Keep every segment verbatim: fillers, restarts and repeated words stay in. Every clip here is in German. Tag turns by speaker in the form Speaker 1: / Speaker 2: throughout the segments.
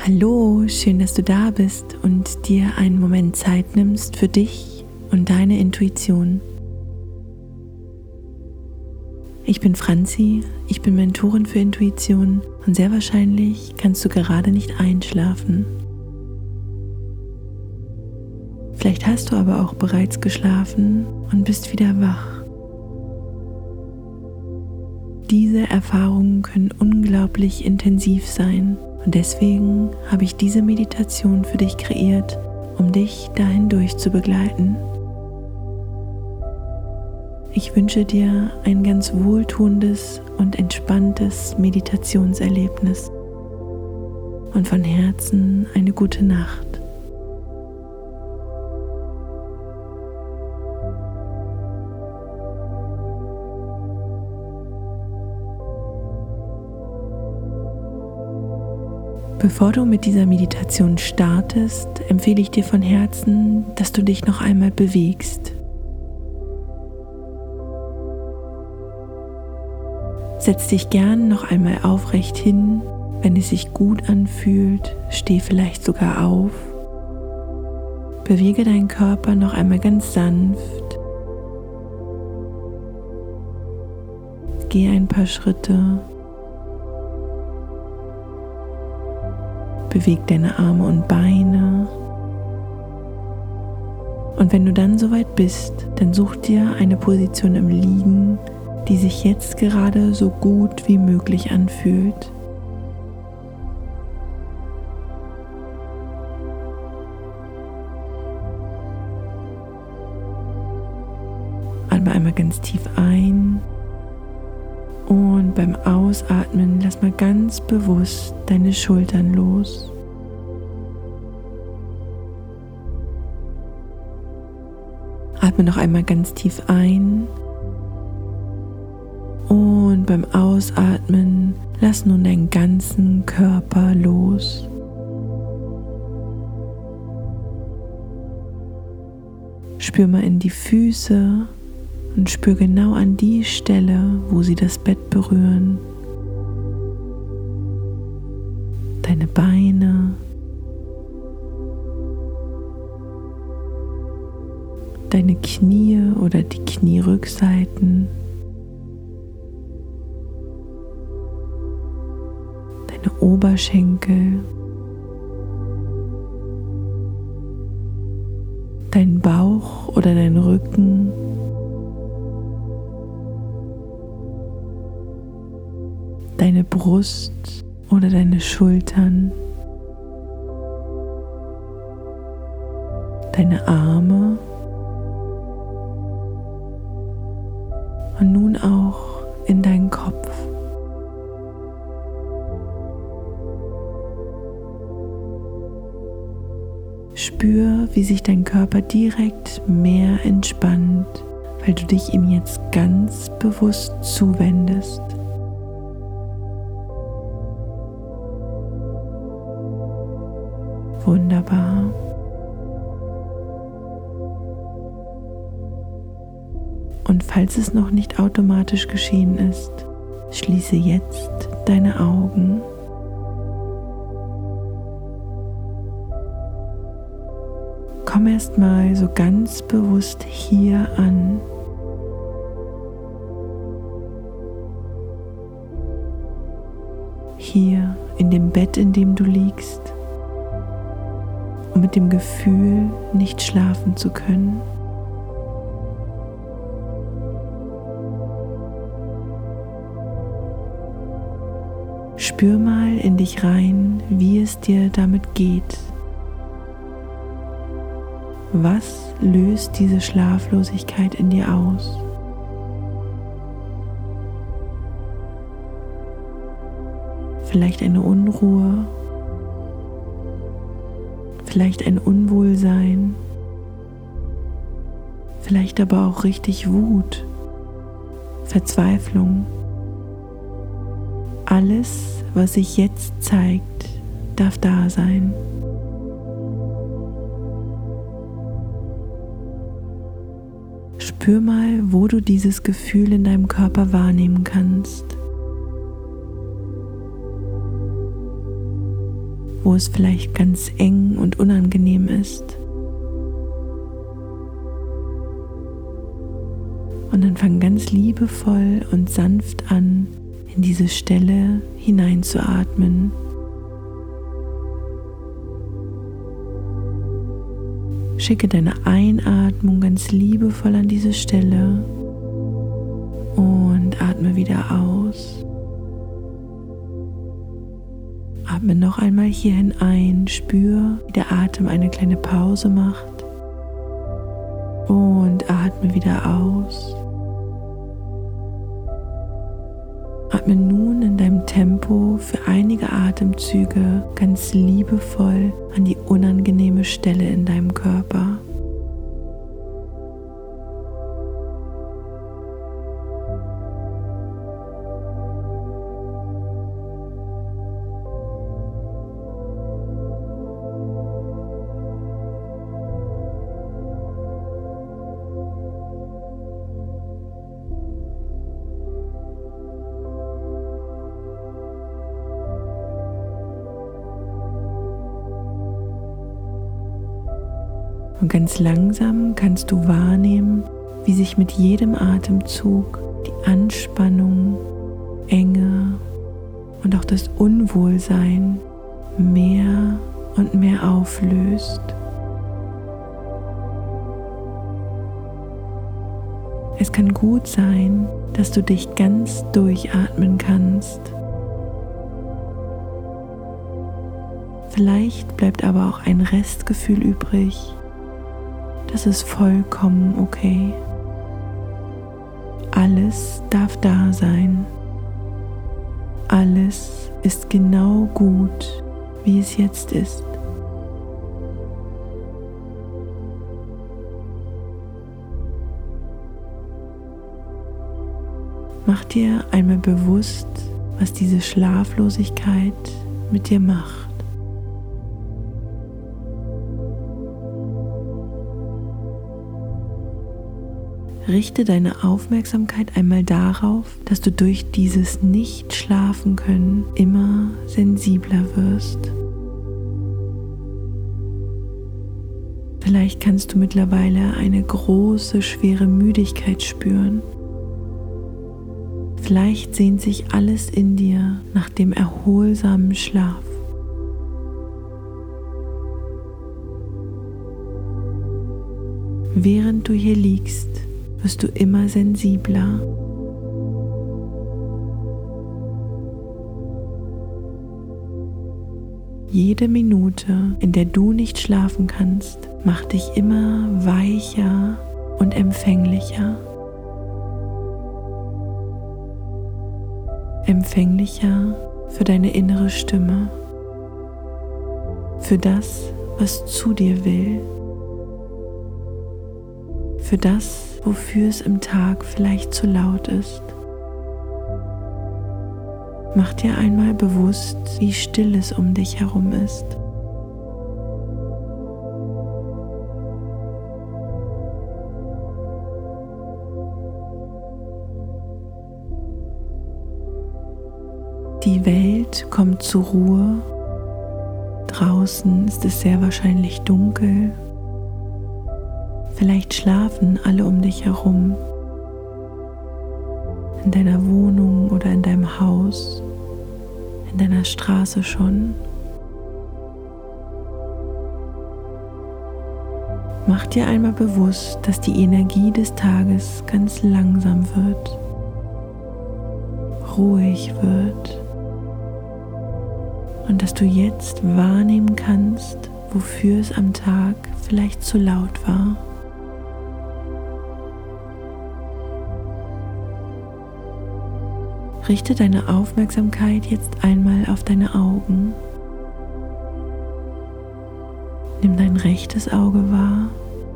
Speaker 1: Hallo, schön, dass du da bist und dir einen Moment Zeit nimmst für dich und deine Intuition. Ich bin Franzi, ich bin Mentorin für Intuition und sehr wahrscheinlich kannst du gerade nicht einschlafen. Vielleicht hast du aber auch bereits geschlafen und bist wieder wach. Diese Erfahrungen können unglaublich intensiv sein und deswegen habe ich diese Meditation für dich kreiert, um dich dahindurch zu begleiten. Ich wünsche dir ein ganz wohltuendes und entspanntes Meditationserlebnis und von Herzen eine gute Nacht. Bevor du mit dieser Meditation startest, empfehle ich dir von Herzen, dass du dich noch einmal bewegst. Setz dich gern noch einmal aufrecht hin, wenn es sich gut anfühlt, steh vielleicht sogar auf. Bewege deinen Körper noch einmal ganz sanft. Geh ein paar Schritte. Beweg deine Arme und Beine. Und wenn du dann soweit bist, dann such dir eine Position im Liegen, die sich jetzt gerade so gut wie möglich anfühlt. Atme einmal ganz tief ein. Und beim Ausatmen lass mal ganz bewusst deine Schultern los. Atme noch einmal ganz tief ein. Und beim Ausatmen lass nun deinen ganzen Körper los. Spür mal in die Füße. Und spür genau an die Stelle, wo sie das Bett berühren. Deine Beine, deine Knie oder die Knierückseiten, deine Oberschenkel, dein Bauch oder dein Rücken. Deine Brust oder deine Schultern, deine Arme und nun auch in deinen Kopf. Spür, wie sich dein Körper direkt mehr entspannt, weil du dich ihm jetzt ganz bewusst zuwendest. Wunderbar. Und falls es noch nicht automatisch geschehen ist, schließe jetzt deine Augen. Komm erst mal so ganz bewusst hier an. Hier in dem Bett, in dem du liegst. Und mit dem Gefühl, nicht schlafen zu können. Spür mal in dich rein, wie es dir damit geht. Was löst diese Schlaflosigkeit in dir aus? Vielleicht eine Unruhe. Vielleicht ein Unwohlsein, vielleicht aber auch richtig Wut, Verzweiflung. Alles, was sich jetzt zeigt, darf da sein. Spür mal, wo du dieses Gefühl in deinem Körper wahrnehmen kannst. wo es vielleicht ganz eng und unangenehm ist. Und dann fang ganz liebevoll und sanft an, in diese Stelle hineinzuatmen. Schicke deine Einatmung ganz liebevoll an diese Stelle und atme wieder aus. Atme noch einmal hierhin ein, spür, wie der Atem eine kleine Pause macht und atme wieder aus. Atme nun in deinem Tempo für einige Atemzüge ganz liebevoll an die unangenehme Stelle in deinem Körper. Und ganz langsam kannst du wahrnehmen, wie sich mit jedem Atemzug die Anspannung, Enge und auch das Unwohlsein mehr und mehr auflöst. Es kann gut sein, dass du dich ganz durchatmen kannst. Vielleicht bleibt aber auch ein Restgefühl übrig. Das ist vollkommen okay. Alles darf da sein. Alles ist genau gut, wie es jetzt ist. Mach dir einmal bewusst, was diese Schlaflosigkeit mit dir macht. Richte deine Aufmerksamkeit einmal darauf, dass du durch dieses Nicht-Schlafen-Können immer sensibler wirst. Vielleicht kannst du mittlerweile eine große, schwere Müdigkeit spüren. Vielleicht sehnt sich alles in dir nach dem erholsamen Schlaf. Während du hier liegst, wirst du immer sensibler. Jede Minute, in der du nicht schlafen kannst, macht dich immer weicher und empfänglicher. Empfänglicher für deine innere Stimme, für das, was zu dir will, für das, wofür es im Tag vielleicht zu laut ist. Mach dir einmal bewusst, wie still es um dich herum ist. Die Welt kommt zur Ruhe. Draußen ist es sehr wahrscheinlich dunkel. Vielleicht schlafen alle um dich herum, in deiner Wohnung oder in deinem Haus, in deiner Straße schon. Mach dir einmal bewusst, dass die Energie des Tages ganz langsam wird, ruhig wird und dass du jetzt wahrnehmen kannst, wofür es am Tag vielleicht zu laut war. Richte deine Aufmerksamkeit jetzt einmal auf deine Augen. Nimm dein rechtes Auge wahr.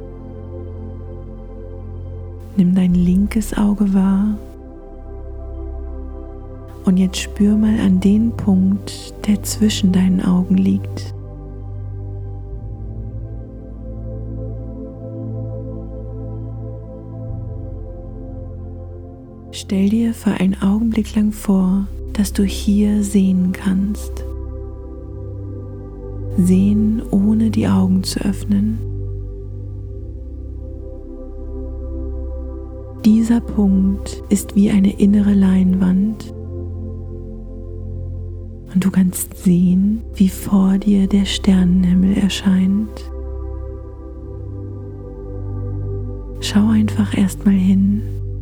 Speaker 1: Nimm dein linkes Auge wahr. Und jetzt spür mal an den Punkt, der zwischen deinen Augen liegt. Stell dir für einen Augenblick lang vor, dass du hier sehen kannst. sehen, ohne die Augen zu öffnen. Dieser Punkt ist wie eine innere Leinwand und du kannst sehen, wie vor dir der Sternenhimmel erscheint. Schau einfach erstmal hin.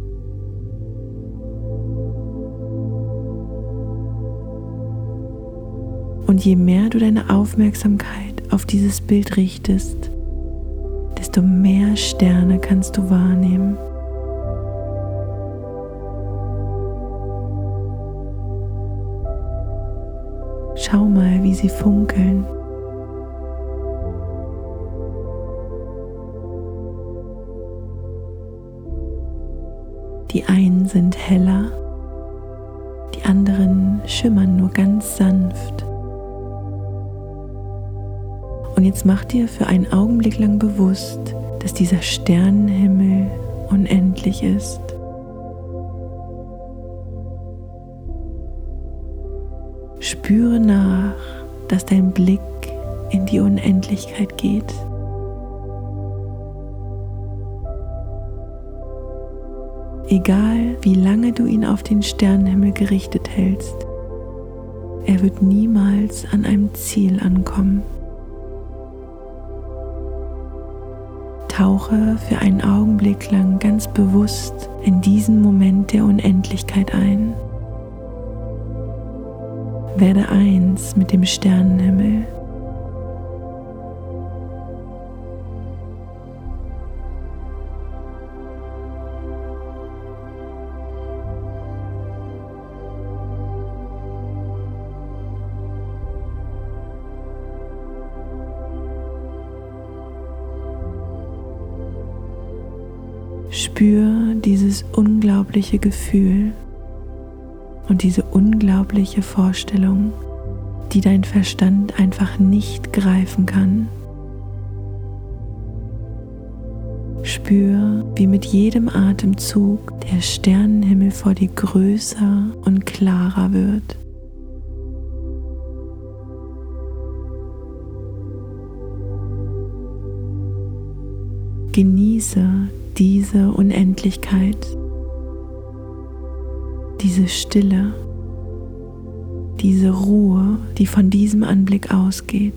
Speaker 1: Und je mehr du deine Aufmerksamkeit auf dieses Bild richtest, desto mehr Sterne kannst du wahrnehmen. Schau mal, wie sie funkeln. Die einen sind heller, die anderen schimmern nur ganz sanft. Und jetzt mach dir für einen Augenblick lang bewusst, dass dieser Sternenhimmel unendlich ist. Spüre nach, dass dein Blick in die Unendlichkeit geht. Egal, wie lange du ihn auf den Sternenhimmel gerichtet hältst, er wird niemals an einem Ziel ankommen. Tauche für einen Augenblick lang ganz bewusst in diesen Moment der Unendlichkeit ein. Werde eins mit dem Sternenhimmel. Spür dieses unglaubliche Gefühl und diese unglaubliche Vorstellung, die dein Verstand einfach nicht greifen kann. Spür, wie mit jedem Atemzug der Sternenhimmel vor dir größer und klarer wird. Genieße diese Unendlichkeit, diese Stille, diese Ruhe, die von diesem Anblick ausgeht.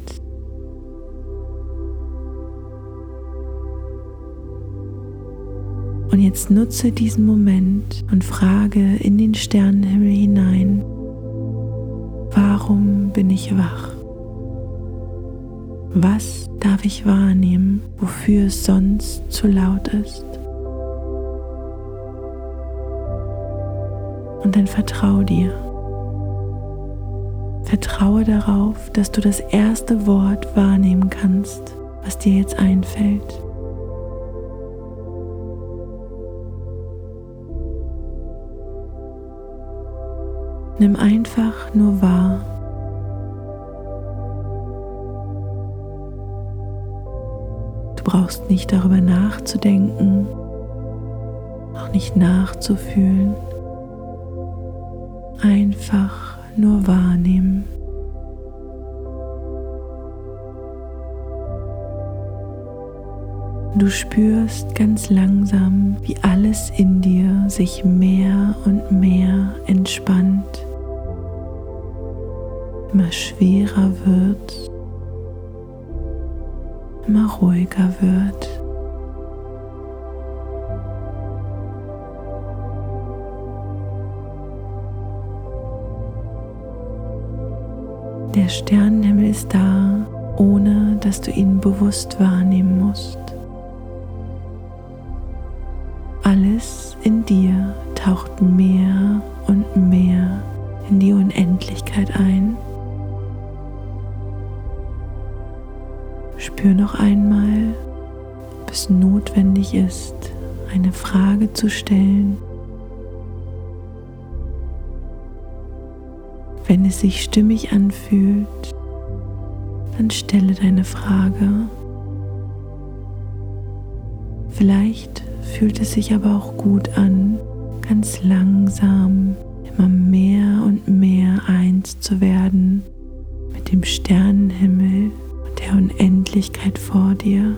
Speaker 1: Und jetzt nutze diesen Moment und frage in den Sternenhimmel hinein: Warum bin ich wach? Was darf ich wahrnehmen, wofür es sonst zu laut ist? Und dann vertrau dir. Vertraue darauf, dass du das erste Wort wahrnehmen kannst, was dir jetzt einfällt. Nimm einfach nur wahr. Du brauchst nicht darüber nachzudenken, auch nicht nachzufühlen. Einfach nur wahrnehmen. Du spürst ganz langsam, wie alles in dir sich mehr und mehr entspannt, immer schwerer wird, immer ruhiger wird. Der Sternenhimmel ist da, ohne dass du ihn bewusst wahrnehmen musst. Alles in dir taucht mehr und mehr in die Unendlichkeit ein. Spür noch einmal, ob es notwendig ist, eine Frage zu stellen. Wenn es sich stimmig anfühlt, dann stelle deine Frage. Vielleicht fühlt es sich aber auch gut an, ganz langsam immer mehr und mehr eins zu werden mit dem Sternenhimmel der Unendlichkeit vor dir.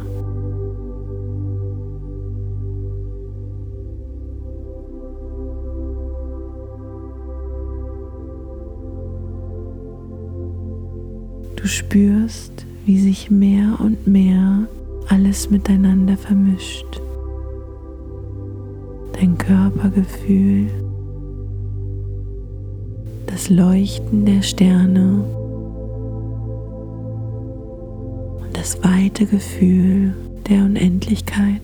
Speaker 1: Du spürst, wie sich mehr und mehr alles miteinander vermischt. Dein Körpergefühl, das Leuchten der Sterne und das weite Gefühl der Unendlichkeit.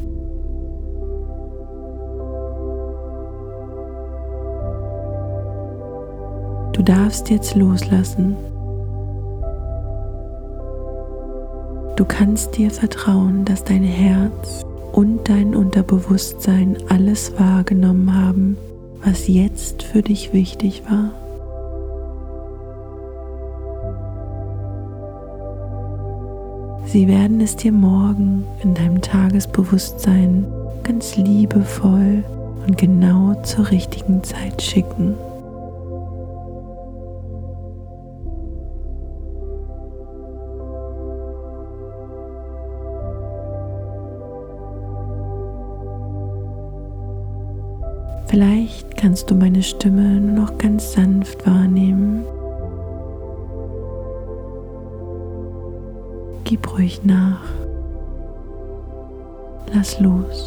Speaker 1: Du darfst jetzt loslassen. Du kannst dir vertrauen, dass dein Herz und dein Unterbewusstsein alles wahrgenommen haben, was jetzt für dich wichtig war. Sie werden es dir morgen in deinem Tagesbewusstsein ganz liebevoll und genau zur richtigen Zeit schicken. Vielleicht kannst du meine Stimme nur noch ganz sanft wahrnehmen. Gib ruhig nach. Lass los.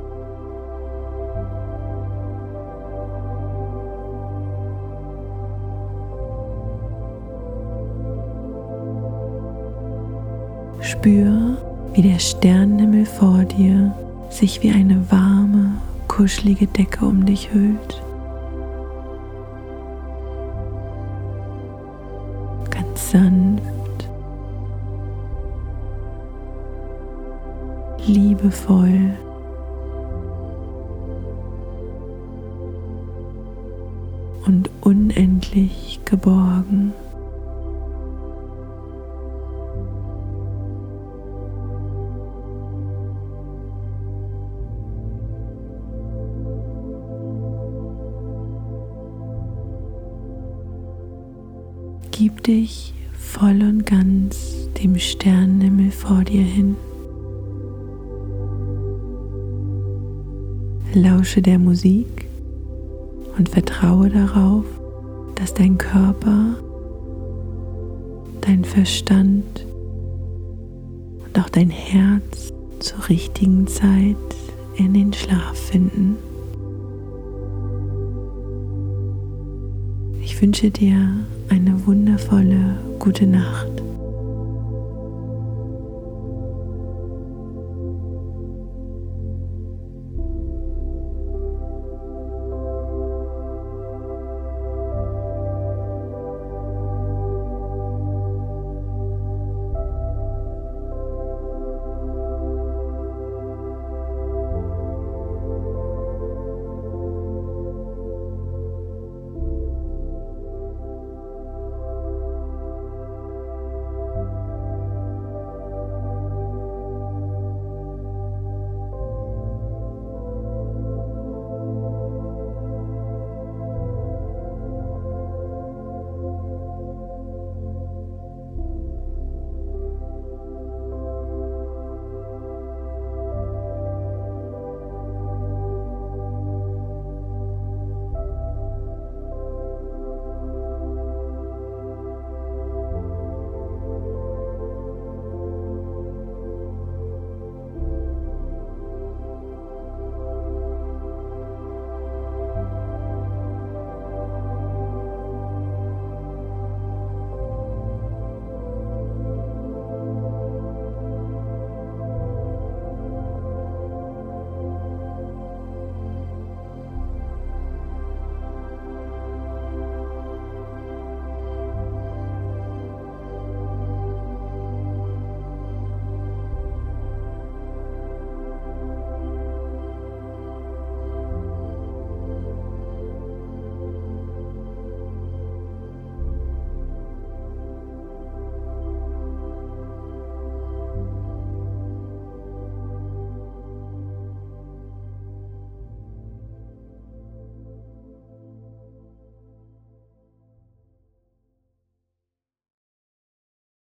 Speaker 1: Spür, wie der Sternenhimmel vor dir sich wie eine warme, kuschelige Decke um dich hüllt. Ganz sanft, liebevoll und unendlich geborgen. Gib dich voll und ganz dem Sternenhimmel vor dir hin. Lausche der Musik und vertraue darauf, dass dein Körper, dein Verstand und auch dein Herz zur richtigen Zeit in den Schlaf finden. Ich wünsche dir eine wundervolle gute Nacht.